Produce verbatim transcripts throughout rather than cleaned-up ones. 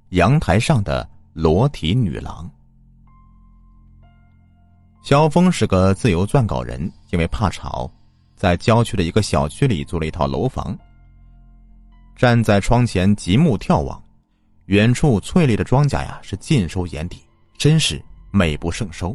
阳台上的裸体女郎。萧峰是个自由撰稿人，因为怕吵，在郊区的一个小区里租了一套楼房。站在窗前极目眺望，远处翠绿的庄稼呀是尽收眼底，真是美不胜收。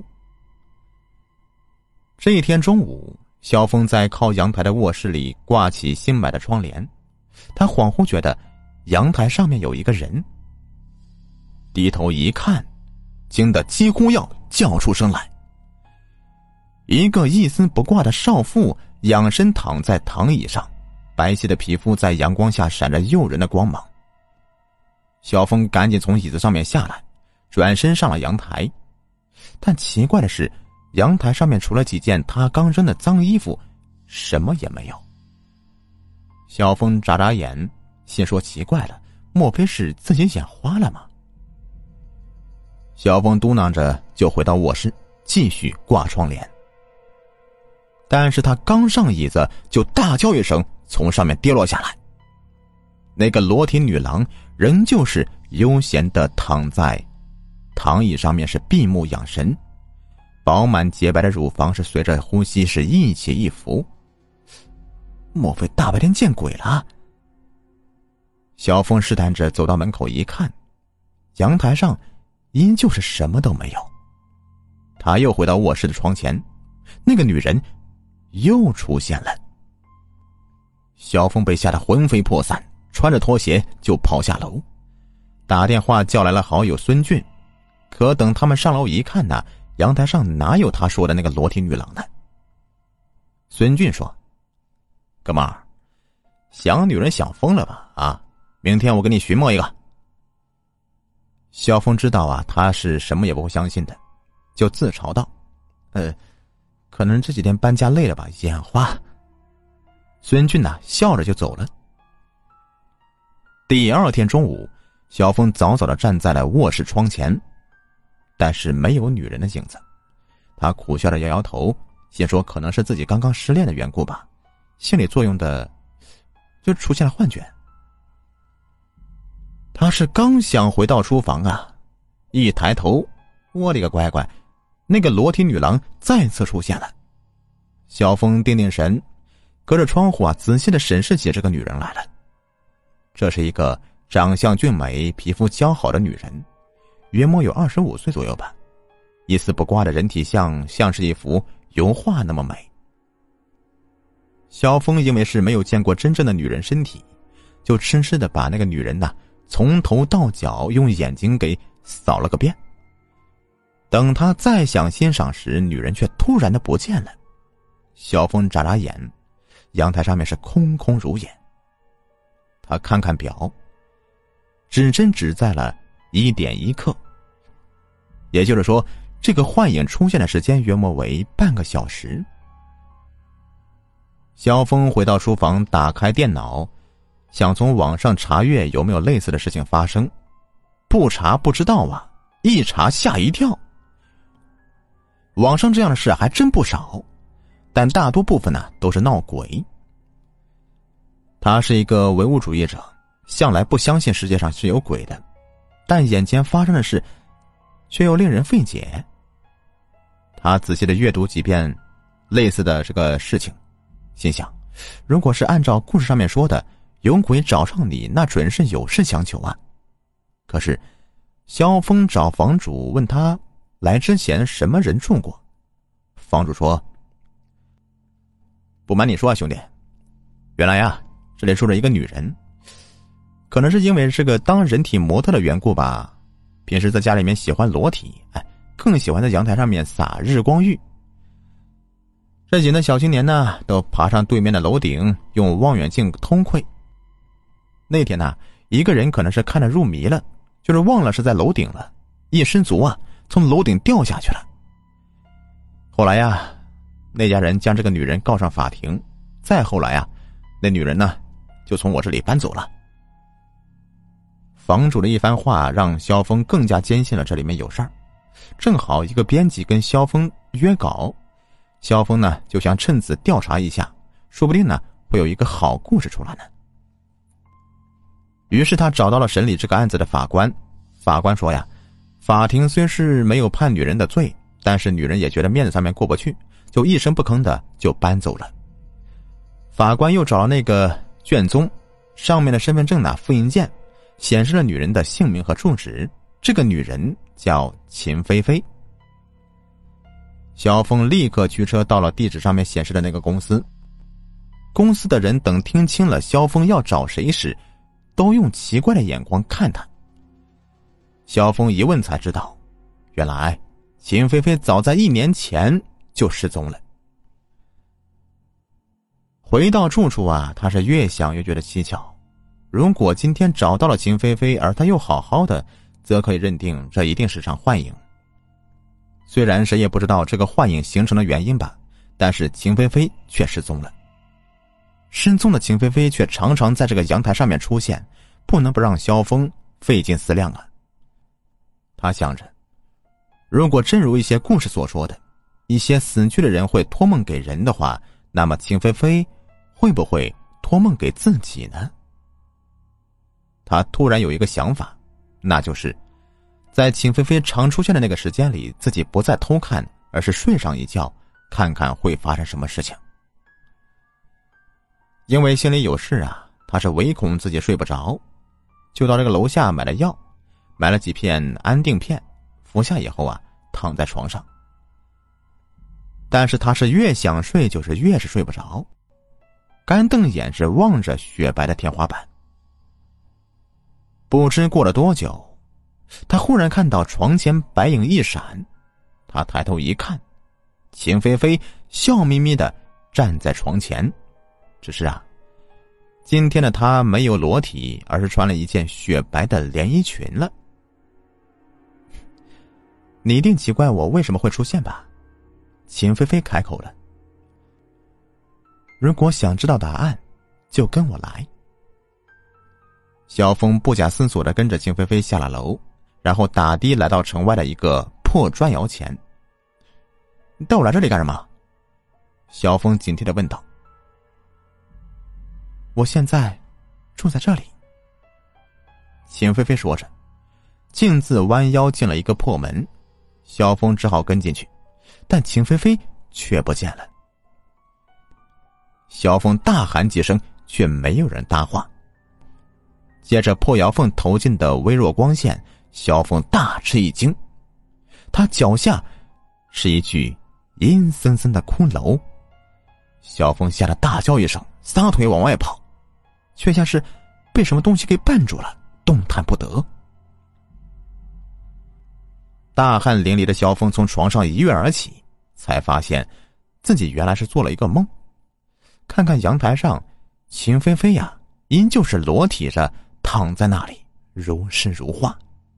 这一天中午，萧峰在靠阳台的卧室里挂起新买的窗帘，他恍惚觉得阳台上面有一个人，低头一看，惊得几乎要叫出声来。一个一丝不挂的少妇仰身躺在躺椅上，白皙的皮肤在阳光下闪着诱人的光芒。萧峰赶紧从椅子上面下来，转身上了阳台。但奇怪的是，阳台上面除了几件他刚扔的脏衣服，什么也没有。萧峰眨眨眼，心说奇怪了，莫非是自己眼花了吗？萧峰嘟囔着就回到卧室，继续挂窗帘。但是他刚上椅子，就大叫一声从上面跌落下来。那个裸体女郎仍旧是悠闲地躺在躺椅上面，是闭目养神，饱满洁白的乳房是随着呼吸是一起一伏。莫非大白天见鬼了？萧峰试探着走到门口一看，阳台上依旧是什么都没有。他又回到卧室的窗前，那个女人又出现了。萧峰被吓得魂飞魄散，穿着拖鞋就跑下楼，打电话叫来了好友孙俊。可等他们上楼一看呢，阳台上哪有他说的那个裸体女郎呢？孙俊说：“哥们儿，想女人想疯了吧？啊，明天我给你寻摸一个。”萧峰知道啊，他是什么也不会相信的，就自嘲道：“呃，可能这几天搬家累了吧，眼花。”孙俊呐，笑着就走了。第二天中午，萧峰早早的站在了卧室窗前，但是没有女人的影子。他苦笑着摇摇头，心说可能是自己刚刚失恋的缘故吧，心理作用的就出现了幻觉。他是刚想回到书房啊，一抬头，我的个乖乖，那个裸体女郎再次出现了。萧峰定定神，隔着窗户啊，仔细的审视起这个女人来了。这是一个长相俊美、皮肤姣好的女人，约莫有二十五岁左右吧，一丝不挂的人体像像是一幅油画那么美。萧峰因为是没有见过真正的女人身体，就痴痴的把那个女人呐、啊、从头到脚用眼睛给扫了个遍。等他再想欣赏时，女人却突然的不见了。萧峰眨眨眼，阳台上面是空空如也。他看看表，指针指在了一点一刻，也就是说，这个幻影出现的时间约莫为半个小时。萧峰回到书房，打开电脑，想从网上查阅有没有类似的事情发生。不查不知道啊，一查吓一跳。网上这样的事还真不少，但大多部分呢都是闹鬼。他是一个唯物主义者，向来不相信世界上是有鬼的，但眼前发生的事却又令人费解。他仔细的阅读几遍类似的这个事情，心想，如果是按照故事上面说的，有鬼找上你，那准是有事相求啊。可是萧峰找房主问他来之前什么人住过，房主说：“不瞒你说啊，兄弟，原来呀，这里住着一个女人，可能是因为这个当人体模特的缘故吧，平时在家里面喜欢裸体，哎，更喜欢在阳台上面撒日光浴。这几个小青年呢，都爬上对面的楼顶，用望远镜偷窥。那天呢，一个人可能是看得入迷了，就是忘了是在楼顶了，一失足啊，从楼顶掉下去了。后来呀，那家人将这个女人告上法庭，再后来啊，那女人呢，就从我这里搬走了。”房主的一番话让萧峰更加坚信了这里面有事儿。正好一个编辑跟萧峰约稿，萧峰呢就想趁此调查一下，说不定呢会有一个好故事出来呢。于是他找到了审理这个案子的法官， 法官说呀，法庭虽是没有判女人的罪，但是女人也觉得面子上面过不去，就一声不吭的就搬走了。法官又找了那个卷宗，上面的身份证呢复印件显示了女人的姓名和住址，这个女人叫秦菲菲。萧峰立刻驱车到了地址上面显示的那个公司，公司的人等听清了萧峰要找谁时，都用奇怪的眼光看他。萧峰一问才知道，原来秦菲菲早在一年前就失踪了。回到住处啊，他是越想越觉得蹊跷。如果今天找到了秦菲菲，而他又好好的，则可以认定这一定是场幻影。虽然谁也不知道这个幻影形成的原因吧，但是秦菲菲却失踪了。失踪的秦菲菲却常常在这个阳台上面出现，不能不让萧峰费尽思量啊。他想着，如果真如一些故事所说的，一些死去的人会托梦给人的话，那么秦菲菲会不会托梦给自己呢？他突然有一个想法，那就是在秦菲菲常出现的那个时间里，自己不再偷看，而是睡上一觉，看看会发生什么事情。因为心里有事啊，他是唯恐自己睡不着，就到这个楼下买了药，买了几片安定片，服下以后啊，躺在床上。但是他是越想睡就是越是睡不着，干瞪眼是望着雪白的天花板。不知过了多久，他忽然看到床前白影一闪，他抬头一看，秦菲菲笑眯眯的站在床前，只是啊，今天的她没有裸体，而是穿了一件雪白的连衣裙了。你一定奇怪我为什么会出现吧？秦菲菲开口了。如果想知道答案，就跟我来。萧峰不假思索地跟着秦菲菲下了楼，然后打的来到城外的一个破砖窑前。你带我来这里干什么？萧峰警惕地问道。我现在住在这里。秦菲菲说着，径自弯腰进了一个破门，萧峰只好跟进去，但秦菲菲却不见了。萧峰大喊几声，却没有人搭话。借着破窑缝投进的微弱光线，萧峰大吃一惊，他脚下是一具阴森森的骷髅。萧峰吓得大叫一声，撒腿往外跑，却像是被什么东西给绊住了，动弹不得。大汗淋漓的萧峰从床上一跃而起，才发现自己原来是做了一个梦。看看阳台上，秦菲菲呀，依旧是裸体着躺在那里，如诗如画。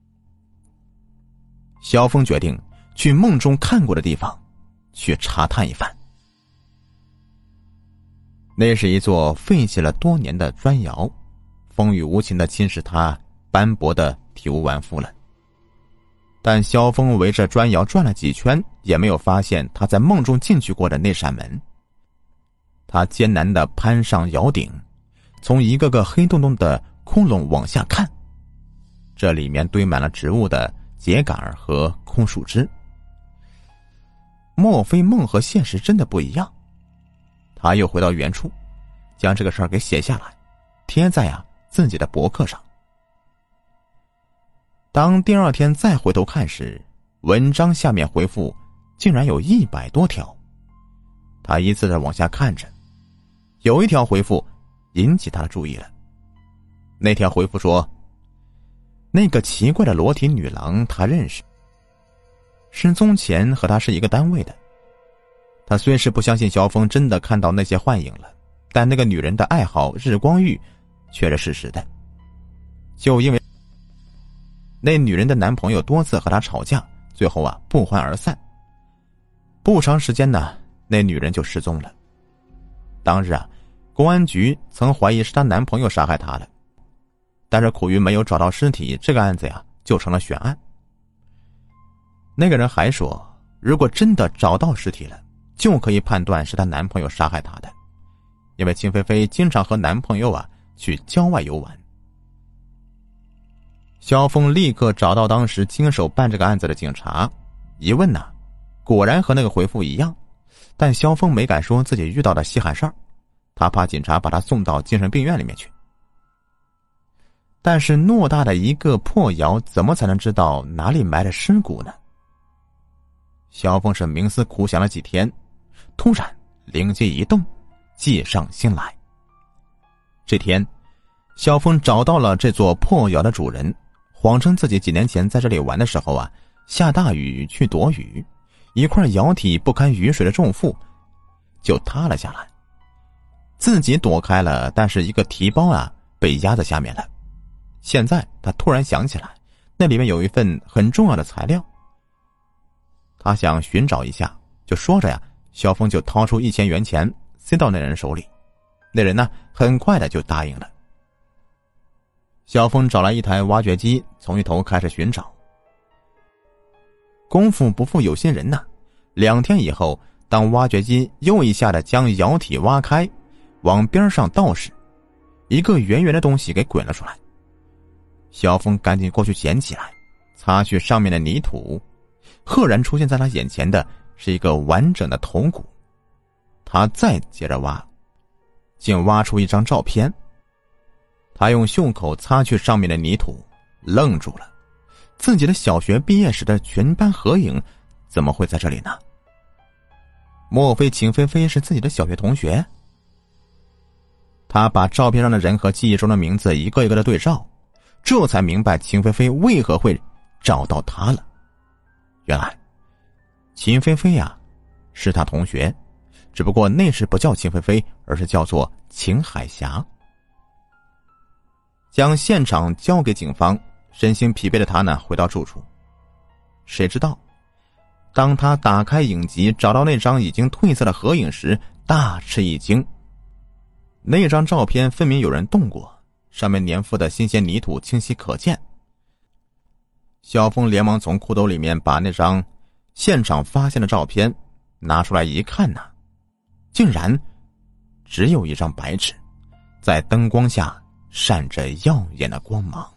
萧峰决定去梦中看过的地方去查探一番。那是一座废弃了多年的砖窑，风雨无情地侵蚀它斑驳的体无完肤了。但萧峰围着砖窑转了几圈，也没有发现他在梦中进去过的那扇门。他艰难地攀上窑顶，从一个个黑洞洞的窟窿往下看，这里面堆满了植物的秸秆和空树枝。莫非梦和现实真的不一样？他又回到原处，将这个事儿给写下来，贴在啊自己的博客上。当第二天再回头看时，文章下面回复竟然有一百多条。他依次的往下看着，有一条回复引起他的注意了。那条回复说，那个奇怪的裸体女郎他认识，失踪前和他是一个单位的。他虽是不相信萧峰真的看到那些幻影了，但那个女人的爱好日光浴却是事实的。就因为那女人的男朋友多次和她吵架，最后啊不欢而散。不长时间呢，那女人就失踪了。当日啊，公安局曾怀疑是她男朋友杀害她的，但是苦于没有找到尸体，这个案子呀就成了悬案。那个人还说，如果真的找到尸体了，就可以判断是她男朋友杀害她的，因为秦菲菲经常和男朋友啊去郊外游玩。 萧峰立刻找到当时经手办这个案子的警察，一问呢、啊，果然和那个回复一样，但萧峰没敢说自己遇到的稀罕事儿，他怕警察把他送到精神病院里面去。但是偌大的一个破窑，怎么才能知道哪里埋着尸骨呢？萧峰是冥思苦想了几天，突然灵机一动，计上心来。这天，萧峰找到了这座破窑的主人，谎称自己几年前在这里玩的时候啊，下大雨去躲雨，一块窑体不堪雨水的重负，就塌了下来。自己躲开了，但是一个提包啊被压在下面了。现在他突然想起来，那里面有一份很重要的材料。他想寻找一下，就说着呀，萧峰就掏出一千元钱塞到那人手里。那人呢，很快的就答应了。萧峰找来一台挖掘机，从一头开始寻找。功夫不负有心人呐、啊，两天以后，当挖掘机又一下的将窑体挖开，往边上倒时，一个圆圆的东西给滚了出来。萧峰赶紧过去捡起来，擦去上面的泥土，赫然出现在他眼前的是一个完整的头骨。他再接着挖，竟挖出一张照片。他用袖口擦去上面的泥土，愣住了。自己的小学毕业时的全班合影怎么会在这里呢？莫非秦菲菲是自己的小学同学？他把照片上的人和记忆中的名字一个一个的对照，这才明白秦菲菲为何会找到他了。原来秦菲菲呀、啊、是他同学，只不过那时不叫秦菲菲，而是叫做秦海霞。将现场交给警方，身心疲惫的他呢回到住处。谁知道当他打开影集找到那张已经褪色的合影时，大吃一惊。那张照片分明有人动过，上面粘附的新鲜泥土清晰可见。萧峰连忙从裤兜里面把那张现场发现的照片拿出来一看呢、啊，竟然只有一张白纸，在灯光下闪着耀眼的光芒。